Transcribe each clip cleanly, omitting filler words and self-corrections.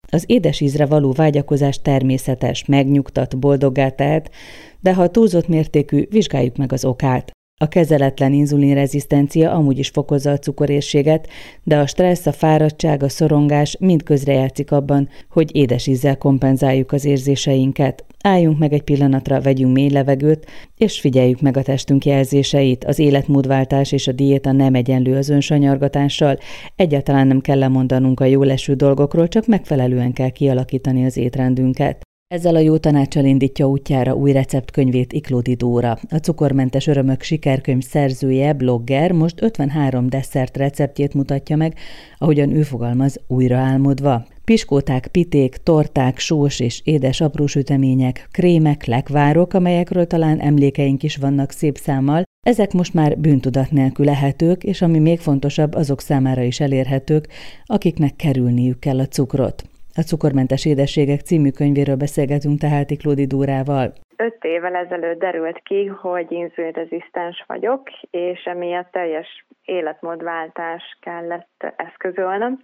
Az édes ízre való vágyakozás természetes, megnyugtat, boldoggá tehet, de ha túlzott mértékű, vizsgáljuk meg az okát. A kezeletlen inzulinrezisztencia amúgy is fokozza a cukorérséget, de a stressz, a fáradtság, a szorongás mind közrejátszik abban, hogy édes ízzel kompenzáljuk az érzéseinket. Álljunk meg egy pillanatra, vegyünk mély levegőt, és figyeljük meg a testünk jelzéseit. Az életmódváltás és a diéta nem egyenlő az önsanyargatással. Egyáltalán nem kell lemondanunk a jól eső dolgokról, csak megfelelően kell kialakítani az étrendünket. Ezzel a jó tanáccsal indítja útjára új receptkönyvét Iklódi Dóra. A Cukormentes Örömök sikerkönyv szerzője, blogger most 53 desszert receptjét mutatja meg, ahogyan ő fogalmaz, újraálmodva. Piskóták, piték, torták, sós és édes aprósütemények, krémek, lekvárok, amelyekről talán emlékeink is vannak szép számmal, ezek most már bűntudat nélkül lehetők, és ami még fontosabb, azok számára is elérhetők, akiknek kerülniük kell a cukrot. A Cukormentes édességek című könyvéről beszélgetünk tehát Iklódi Dórával. 5 évvel ezelőtt derült ki, hogy inzulinrezisztens vagyok, és emiatt teljes életmódváltás kellett eszközölnöm,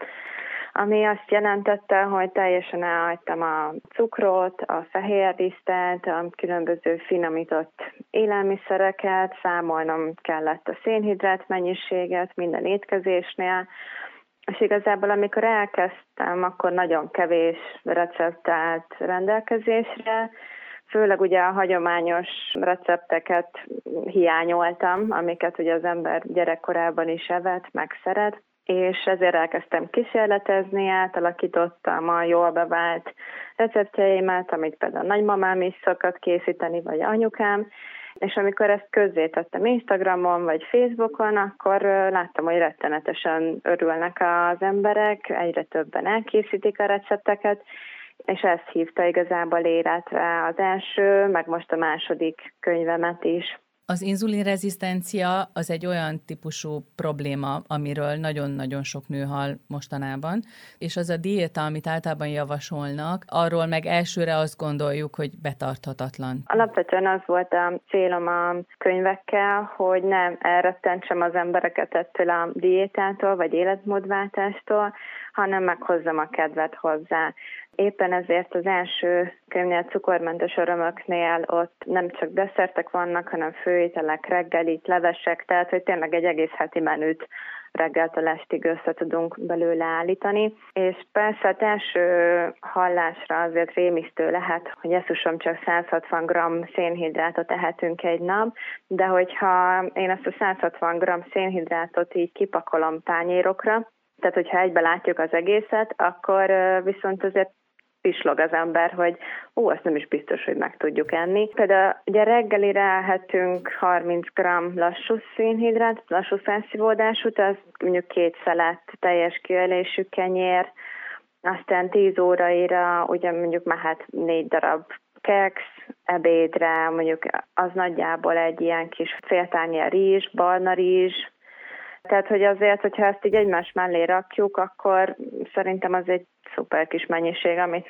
ami azt jelentette, hogy teljesen elhagytam a cukrot, a fehérlisztet, a különböző finomított élelmiszereket, számolnom kellett a szénhidrát mennyiséget minden étkezésnél, és igazából amikor elkezdtem, akkor nagyon kevés recept állt rendelkezésre, főleg ugye a hagyományos recepteket hiányoltam, amiket ugye az ember gyerekkorában is evett, meg szeret, és ezért elkezdtem kísérletezni, átalakítottam a jól bevált receptjeimet, amit például a nagymamám is szokott készíteni, vagy anyukám, és amikor ezt közzétettem Instagramon vagy Facebookon, akkor láttam, hogy rettenetesen örülnek az emberek, egyre többen elkészítik a recepteket, és ez hívta igazából életre az első, meg most a második könyvemet is. Az inzulinrezisztencia az egy olyan típusú probléma, amiről nagyon-nagyon sok nő hall mostanában, és az a diéta, amit általában javasolnak, arról meg elsőre azt gondoljuk, hogy betarthatatlan. Alapvetően az volt a célom a könyvekkel, hogy nem elrettentsem az embereket ettől a diétától, vagy életmódváltástól, hanem meghozzam a kedvet hozzá. Éppen ezért az első könyvnél, Cukormentes Örömöknél ott nem csak desszertek vannak, hanem főételek, reggelik, levesek, tehát hogy tényleg egy egész heti menüt reggeltől estig össze tudunk belőle állítani. És persze az első hallásra azért rémisztő lehet, hogy jesszusom, csak 160 g szénhidrátot ehetünk egy nap, de hogyha én ezt a 160 g szénhidrátot így kipakolom tányérokra, tehát hogyha egybe látjuk az egészet, akkor viszont azért pislog az ember, hogy azt nem is biztos, hogy meg tudjuk enni. Például ugye reggelire ehetünk 30 g lassú szénhidrát, lassú felszívódású, az mondjuk 2 szelet teljes kiölésű kenyér, aztán 10 óraira ugye mondjuk mehet 4 darab keksz, ebédre mondjuk az nagyjából egy ilyen kis féltányér rizs, barna rizs. Tehát, hogy azért, hogyha ezt így egymás mellé rakjuk, akkor szerintem az egy szuper kis mennyiség, amit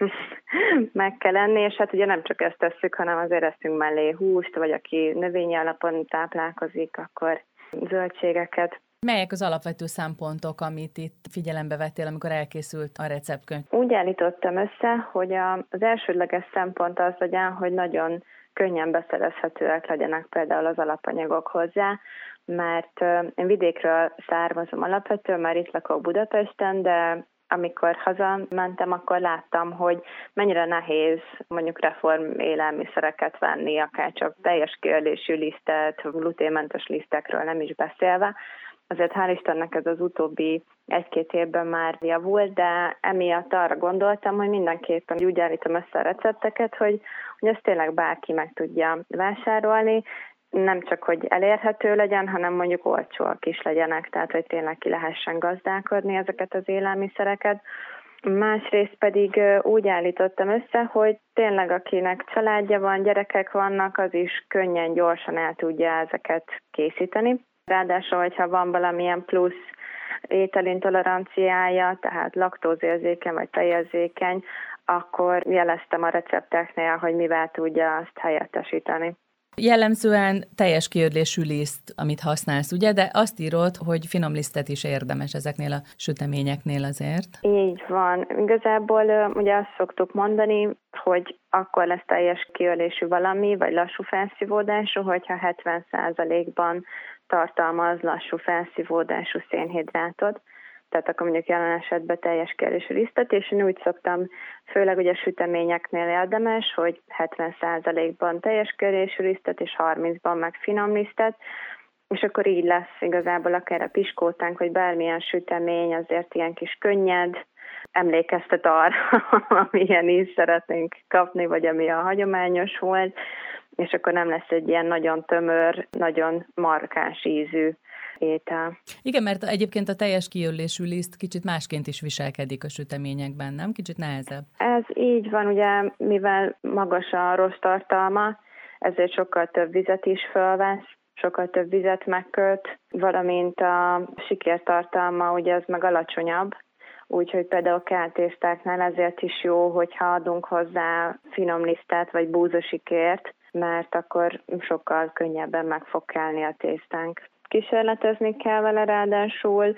meg kell enni, és hát ugye nem csak ezt tesszük, hanem azért eszünk mellé húst, vagy aki növényi alapon táplálkozik, akkor zöldségeket. Melyek az alapvető szempontok, amit itt figyelembe vettél, amikor elkészült a receptkönyv? Úgy állítottam össze, hogy az elsődleges szempont az legyen, hogy nagyon könnyen beszerezhetőek legyenek például az alapanyagok hozzá, mert én vidékről származom alapvetően, már itt lakok Budapesten, de amikor hazamentem, akkor láttam, hogy mennyire nehéz mondjuk reform élelmiszereket venni, akár csak teljes kiölésű lisztet, gluténmentes lisztekről nem is beszélve. Azért hál' Istennek ez az utóbbi 1-2 évben már javult, de emiatt arra gondoltam, hogy mindenképpen úgy állítom össze a recepteket, hogy ezt tényleg bárki meg tudja vásárolni, nem csak, hogy elérhető legyen, hanem mondjuk olcsóak is legyenek, tehát hogy tényleg ki lehessen gazdálkodni ezeket az élelmiszereket. Másrészt pedig úgy állítottam össze, hogy tényleg akinek családja van, gyerekek vannak, az is könnyen, gyorsan el tudja ezeket készíteni. Ráadásul, hogyha van valamilyen plusz ételintoleranciája, tehát laktózérzékeny vagy tejérzékeny, akkor jeleztem a recepteknél, hogy mivel tudja azt helyettesíteni. Jellemzően teljes kiödlésű liszt, amit használsz, ugye? De azt írod, hogy finom lisztet is érdemes ezeknél a süteményeknél azért. Így van. Igazából ugye azt szoktuk mondani, hogy akkor lesz teljes kiölésű valami, vagy lassú felszívódású, hogyha 70%-ban tartalmaz lassú felszívódású szénhidrátot. Tehát akkor mondjuk jelen esetben teljes kiölésű lisztet, és én úgy szoktam, főleg ugye süteményeknél érdemes, hogy 70%-ban teljes kiölésű lisztet, és 30-ban meg finom lisztet, és akkor így lesz igazából akár a piskótánk, vagy bármilyen sütemény, azért ilyen kis könnyed, emlékeztet arra, amilyen ízt szeretnénk kapni, vagy ami a hagyományos volt, és akkor nem lesz egy ilyen nagyon tömör, nagyon markáns ízű étel. Igen, mert egyébként a teljes kiöllésű liszt kicsit másként is viselkedik a süteményekben, nem? Kicsit nehezebb. Ez így van, ugye, mivel magas a rossz tartalma, ezért sokkal több vizet is fölvesz, sokkal több vizet megköt, valamint a sikértartalma, ugye ez meg alacsonyabb, úgyhogy például keltésztáknál ezért is jó, hogyha adunk hozzá finom lisztet vagy búzasikért, mert akkor sokkal könnyebben meg fog kelni a tésztánk. Kísérletezni kell vele, ráadásul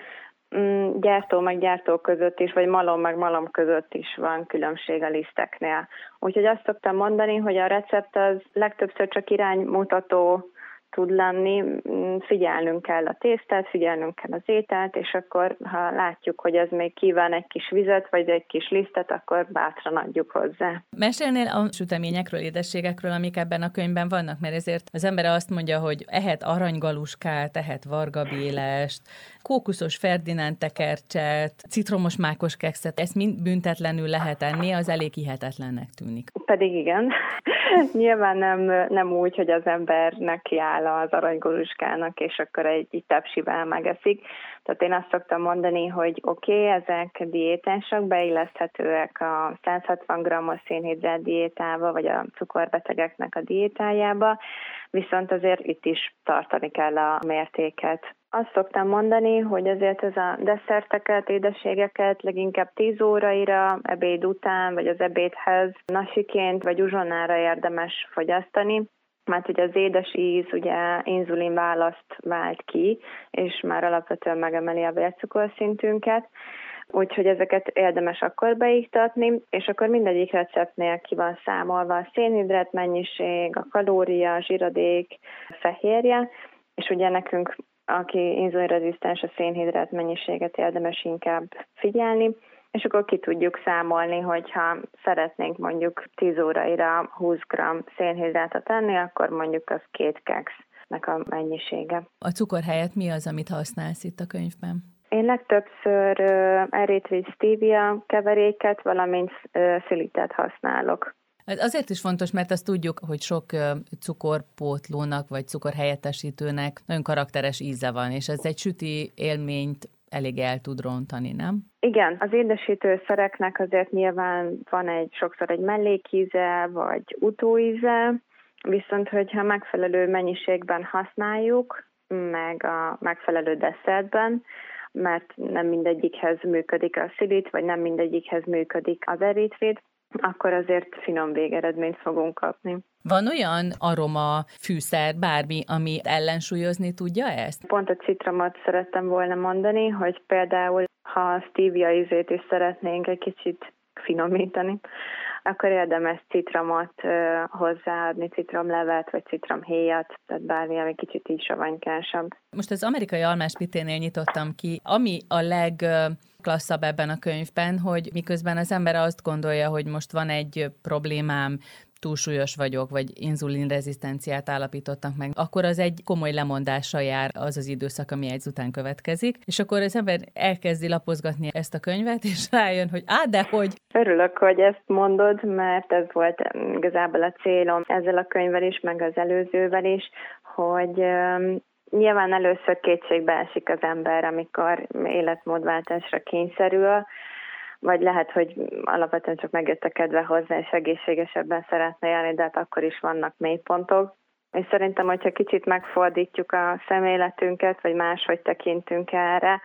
gyártó meg gyártó között is, vagy malom meg malom között is van különbség a liszteknél. Úgyhogy azt szoktam mondani, hogy a recept az legtöbbször csak iránymutató tud lenni, figyelnünk kell a tésztát, figyelnünk kell az ételt, és akkor, ha látjuk, hogy ez még kíván egy kis vizet, vagy egy kis lisztet, akkor bátran adjuk hozzá. Mesélnél a süteményekről, édességekről, amik ebben a könyvben vannak, mert ezért az ember azt mondja, hogy ehet aranygaluskát, ehet vargabélest, kókuszos Ferdinánd tekercset, citromos mákos kekszet, ezt mind büntetlenül lehet enni, az elég hihetetlennek tűnik. Pedig igen. Nyilván nem úgy, hogy az ember nekiáll az aranygaluskának, és akkor egy tepsivel megeszik. Tehát én azt szoktam mondani, hogy oké, ezek diétások, beilleszthetőek a 160 g-os szénhidrát diétába, vagy a cukorbetegeknek a diétájába, viszont azért itt is tartani kell a mértéket. Azt szoktam mondani, hogy azért ez a desszerteket, édességeket leginkább 10 óraira, ebéd után, vagy az ebédhez nasiként, vagy uzsonnára érdemes fogyasztani, mert ugye az édes íz ugye inzulinválaszt vált ki, és már alapvetően megemeli a vércukorszintünket, úgyhogy ezeket érdemes akkor beiktatni, és akkor mindegyik receptnél ki van számolva a szénhidrát mennyiség, a kalória, a zsíradék, fehérje, és ugye nekünk, aki inzulinrezisztens, a szénhidrát mennyiséget érdemes inkább figyelni, és akkor ki tudjuk számolni, hogyha szeretnénk mondjuk 10 óraira 20 g szénhidrátot enni, akkor mondjuk az 2 keksznek a mennyisége. A cukor helyett mi az, amit használsz itt a könyvben? Én legtöbbször eritrit stevia keveréket, valamint szilitet használok. Azért is fontos, mert azt tudjuk, hogy sok cukorpótlónak vagy cukorhelyettesítőnek nagyon karakteres íze van, és ez egy süti élményt elég el tud rontani, nem? Igen, az édesítőszereknek azért nyilván van sokszor egy mellékíze, vagy utóíze, viszont hogyha megfelelő mennyiségben használjuk, meg a megfelelő desszertben, mert nem mindegyikhez működik a szilit, vagy nem mindegyikhez működik az eritrit, akkor azért finom végeredményt fogunk kapni. Van olyan aroma, fűszer, bármi, ami ellensúlyozni tudja ezt? Pont a citromot szerettem volna mondani, hogy például, ha a stevia ízét is szeretnénk egy kicsit finomítani, akkor érdemes citromot hozzáadni, citromlevet, vagy citromhéjat, tehát bármi, ami kicsit így savanykánsabb. Most az amerikai almáspiténél nyitottam ki, ami a legklasszabb ebben a könyvben, hogy miközben az ember azt gondolja, hogy most van egy problémám, túlsúlyos vagyok, vagy inzulinrezisztenciát állapítottak meg, akkor az egy komoly lemondással jár az az időszak, ami ezután következik, és akkor az ember elkezdi lapozgatni ezt a könyvet, és rájön, hogy dehogy. Örülök, hogy ezt mondod, mert ez volt igazából a célom ezzel a könyvvel is, meg az előzővel is, hogy nyilván először kétségbe esik az ember, amikor életmódváltásra kényszerül, vagy lehet, hogy alapvetően csak megjött a kedve hozzá, és egészségesebben szeretne élni, de hát akkor is vannak mélypontok. És szerintem, hogyha kicsit megfordítjuk a szemléletünket, vagy máshogy tekintünk erre,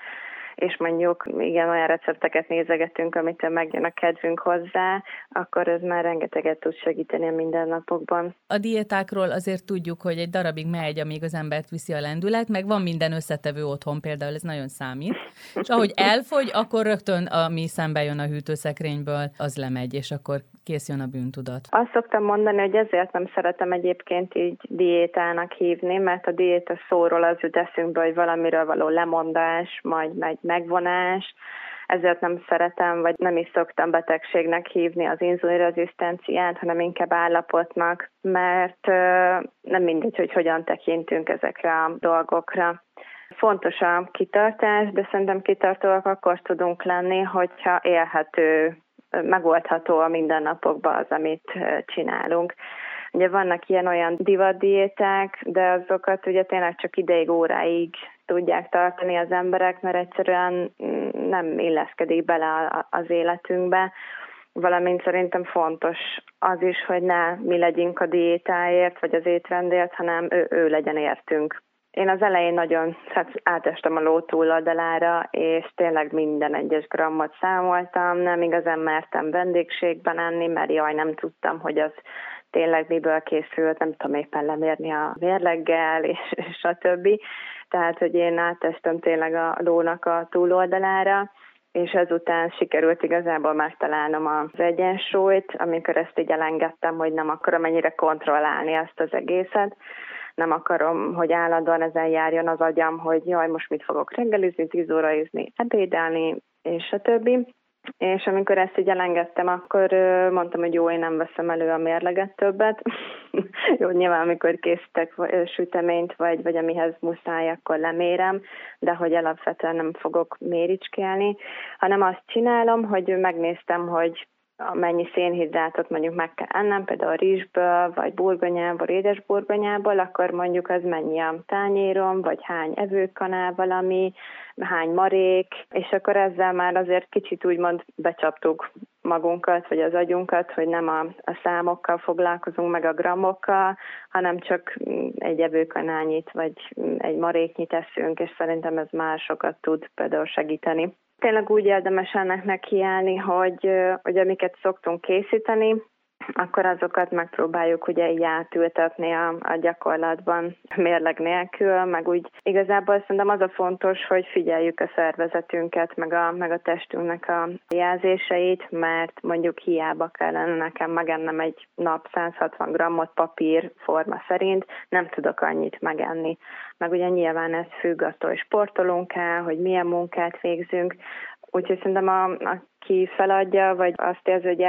és mondjuk igen, olyan recepteket nézegetünk, amitől megjön a kedvünk hozzá, akkor ez már rengeteget tud segíteni a mindennapokban. A diétákról azért tudjuk, hogy egy darabig megy, amíg az embert viszi a lendület, meg van minden összetevő otthon, például ez nagyon számít. És ahogy elfogy, akkor rögtön, ami szembe jön a hűtőszekrényből, az lemegy, és akkor kész jön a bűntudat. Azt szoktam mondani, hogy ezért nem szeretem egyébként így diétának hívni, mert a diéta szóról az jut eszünkbe, hogy valamiről való lemondás, majd megvonás, ezért nem szeretem, vagy nem is szoktam betegségnek hívni az inzulinrezisztenciát, hanem inkább állapotnak, mert nem mindegy, hogy hogyan tekintünk ezekre a dolgokra. Fontos a kitartás, de szerintem kitartóak akkor tudunk lenni, hogyha élhető, megoldható a mindennapokban az, amit csinálunk. Ugye vannak ilyen-olyan divatdiéták, de azokat ugye tényleg csak ideig, óráig tudják tartani az emberek, mert egyszerűen nem illeszkedik bele az életünkbe. Valamint szerintem fontos az is, hogy ne mi legyünk a diétáért, vagy az étrendért, hanem ő legyen értünk. Én az elején nagyon átestem a ló túloldalára, és tényleg minden egyes grammot számoltam, nem igazán mertem vendégségben enni, mert jaj, nem tudtam, hogy az tényleg miből készült, nem tudom éppen lemérni a mérleggel, és a többi. Tehát, hogy én átestem tényleg a lónak a túloldalára, és ezután sikerült igazából megtalálnom az egyensúlyt, amikor ezt így elengedtem, hogy nem akarom ennyire kontrollálni ezt az egészet. Nem akarom, hogy állandóan ezen járjon az agyam, hogy jaj, most mit fogok reggelizni, 10 óraizni, ebédelni, és a többi. És amikor ezt így elengedtem, akkor mondtam, hogy jó, én nem veszem elő a mérleget többet. Jó, nyilván amikor készítek süteményt, vagy amihez muszáj, akkor lemérem, de hogy alapvetően nem fogok méricskélni, hanem azt csinálom, hogy megnéztem, hogy mennyi szénhidrátot mondjuk meg kell ennem, például rizsből, vagy burgonyából, édes burgonyából, akkor mondjuk az mennyi a tányérom, vagy hány evőkanál valami, hány marék, és akkor ezzel már azért kicsit úgymond becsaptuk magunkat, vagy az agyunkat, hogy nem a számokkal foglalkozunk, meg a grammokkal, hanem csak egy evőkanálnyit, vagy egy maréknyit eszünk, és szerintem ez már sokat tud például segíteni. Tényleg úgy érdemes ennek nekiállni, hogy amiket szoktunk készíteni, akkor azokat megpróbáljuk ugye így átültetni a gyakorlatban mérleg nélkül, meg úgy igazából szerintem az a fontos, hogy figyeljük a szervezetünket, meg a testünknek a jelzéseit, mert mondjuk hiába kellene nekem megennem egy nap 160 grammot papír forma szerint, nem tudok annyit megenni. Meg ugye nyilván ez függ attól, hogy sportolunk el, hogy milyen munkát végzünk, úgyhogy szerintem aki feladja, vagy azt érzi, hogy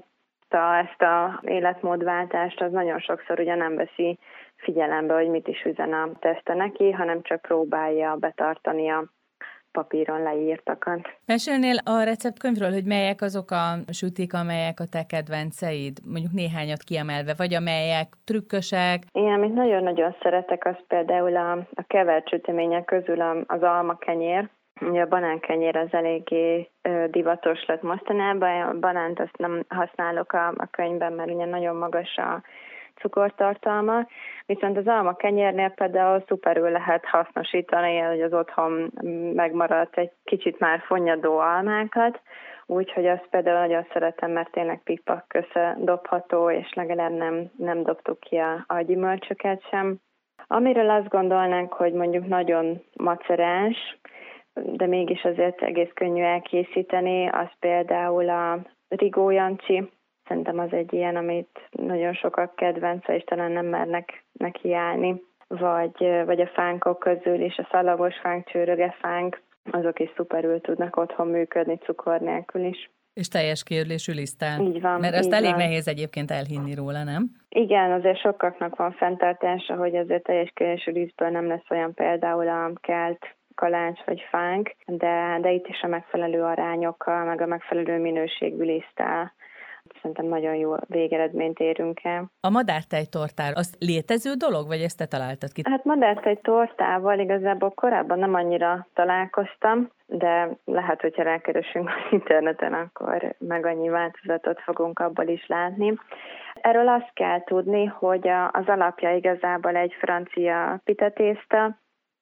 ezt a életmódváltást, az nagyon sokszor ugye nem veszi figyelembe, hogy mit is üzen a teste neki, hanem csak próbálja betartani a papíron leírtakat. Mesélnél a receptkönyvről, hogy melyek azok a sütik, amelyek a te kedvenceid? Mondjuk néhányat kiemelve, vagy amelyek trükkösek? Én, amit nagyon-nagyon szeretek, az például a kevert sütemények közül az almakenyér. Ugye a banánkenyér az eléggé divatos lett mostanában, a banánt azt nem használok a könyvben, mert ugye nagyon magas a cukortartalma, viszont az almakenyérnél például szuperül lehet hasznosítani, hogy az otthon megmaradt egy kicsit már fonnyadó almákat, úgyhogy azt például nagyon szeretem, mert tényleg pikpak köze dobható, és legalább nem dobtuk ki a gyümölcsöket sem. Amiről azt gondolnánk, hogy mondjuk nagyon macerás, de mégis azért egész könnyű elkészíteni, az például a rigójancsi. Szerintem az egy ilyen, amit nagyon sokak kedvence, és talán nem mernek nekiállni. Vagy a fánkok közül is, a szalagos fánk, csőrögefánk, azok is szuperül tudnak otthon működni cukor nélkül is. És teljes kiörlésű lisztán. Így van. Mert ezt így elég van. nehéz egyébként elhinni róla, nem? Igen, azért sokaknak van fenntartása, hogy azért teljes kiörlésű lisztből nem lesz olyan például a kelt kalács vagy fánk, de itt is a megfelelő arányokkal, meg a megfelelő minőségű liszttel szerintem nagyon jó végeredményt érünk el. A madártejtortár, az létező dolog, vagy ezt te találtad ki? Hát madártejtortával igazából korábban nem annyira találkoztam, de lehet, hogyha rákeresünk az interneten, akkor meg annyi változatot fogunk abból is látni. Erről azt kell tudni, hogy az alapja igazából egy francia pitatészta,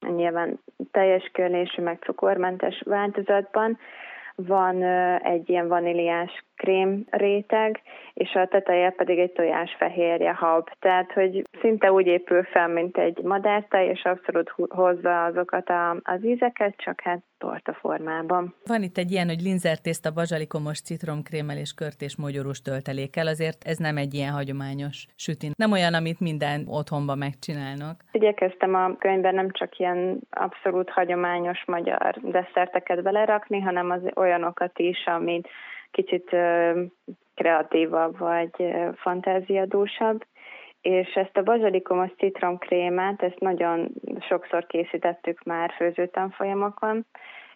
nyilván teljes körlésű, meg cukormentes változatban. Van egy ilyen vaníliás krém réteg, és a teteje pedig egy tojásfehérje hab. Tehát, hogy szinte úgy épül fel, mint egy madártej, és abszolút hozza azokat az ízeket, csak hát torta formában. Van itt egy ilyen, hogy linzertészta bazsalikomos citromkrémmel és kört és mogyorós töltelékkel, azért ez nem egy ilyen hagyományos süti. Nem olyan, amit minden otthonban megcsinálnak. Igyekeztem a könyvben nem csak ilyen abszolút hagyományos magyar desszerteket belerakni, hanem az olyanokat is, amit kicsit kreatívabb vagy fantáziadúsabb. És ezt a bazsalikomos citromkrémet, ezt nagyon sokszor készítettük már főzőtanfolyamokon,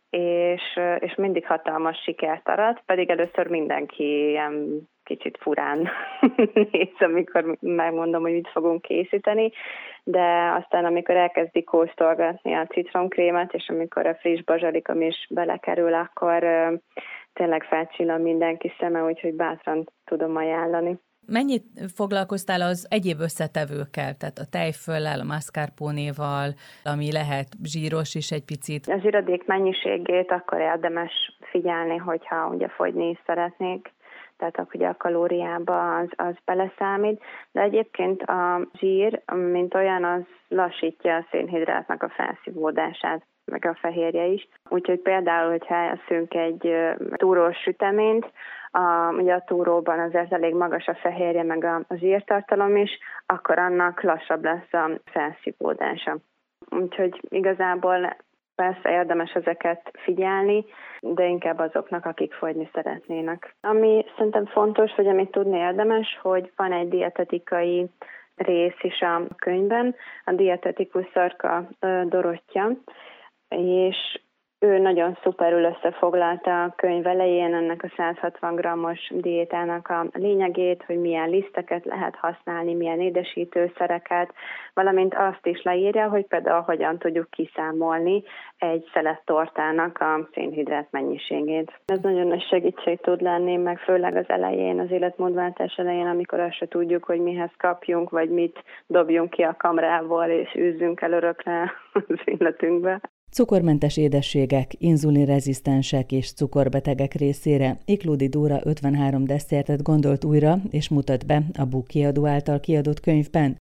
és mindig hatalmas sikert arat, pedig először mindenki ilyen kicsit furán néz, amikor megmondom, hogy mit fogunk készíteni, de aztán amikor elkezdik kóstolgatni a citromkrémet, és amikor a friss bazsalikom is belekerül, akkor tényleg felcsillan mindenki szeme, úgyhogy bátran tudom ajánlani. Mennyit foglalkoztál az egyéb összetevőkkel, tehát a tejföllel, a mascarponéval, ami lehet zsíros is egy picit? A zsíradék mennyiségét akkor érdemes figyelni, hogyha ugye fogyni is szeretnék, tehát akkor ugye a kalóriába az beleszámít, de egyébként a zsír, mint olyan, az lassítja a szénhidrátnak a felszívódását, meg a fehérje is. Úgyhogy például, hogyha eszünk egy túrós süteményt, ugye a túróban azért elég magas a fehérje, meg a zsírtartalom is, akkor annak lassabb lesz a felszívódása. Úgyhogy igazából persze érdemes ezeket figyelni, de inkább azoknak, akik fogyni szeretnének. Ami szerintem fontos, vagy amit tudni érdemes, hogy van egy dietetikai rész is a könyvben, a dietetikus Szarka Dorottya, és ő nagyon szuperül összefoglalta a könyv elején ennek a 160 g-os diétának a lényegét, hogy milyen liszteket lehet használni, milyen édesítőszereket, valamint azt is leírja, hogy például hogyan tudjuk kiszámolni egy szelet tortának a szénhidrát mennyiségét. Ez nagyon nagy segítség tud lenni, meg főleg az elején, az életmódváltás elején, amikor azt se tudjuk, hogy mihez kapjunk, vagy mit dobjunk ki a kamrából, és űzzünk el örökre az életünkbe. Cukormentes édességek, inzulinrezisztensek és cukorbetegek részére Iklódi Dóra 53 desszertet gondolt újra és mutat be a BUK kiadó által kiadott könyvben.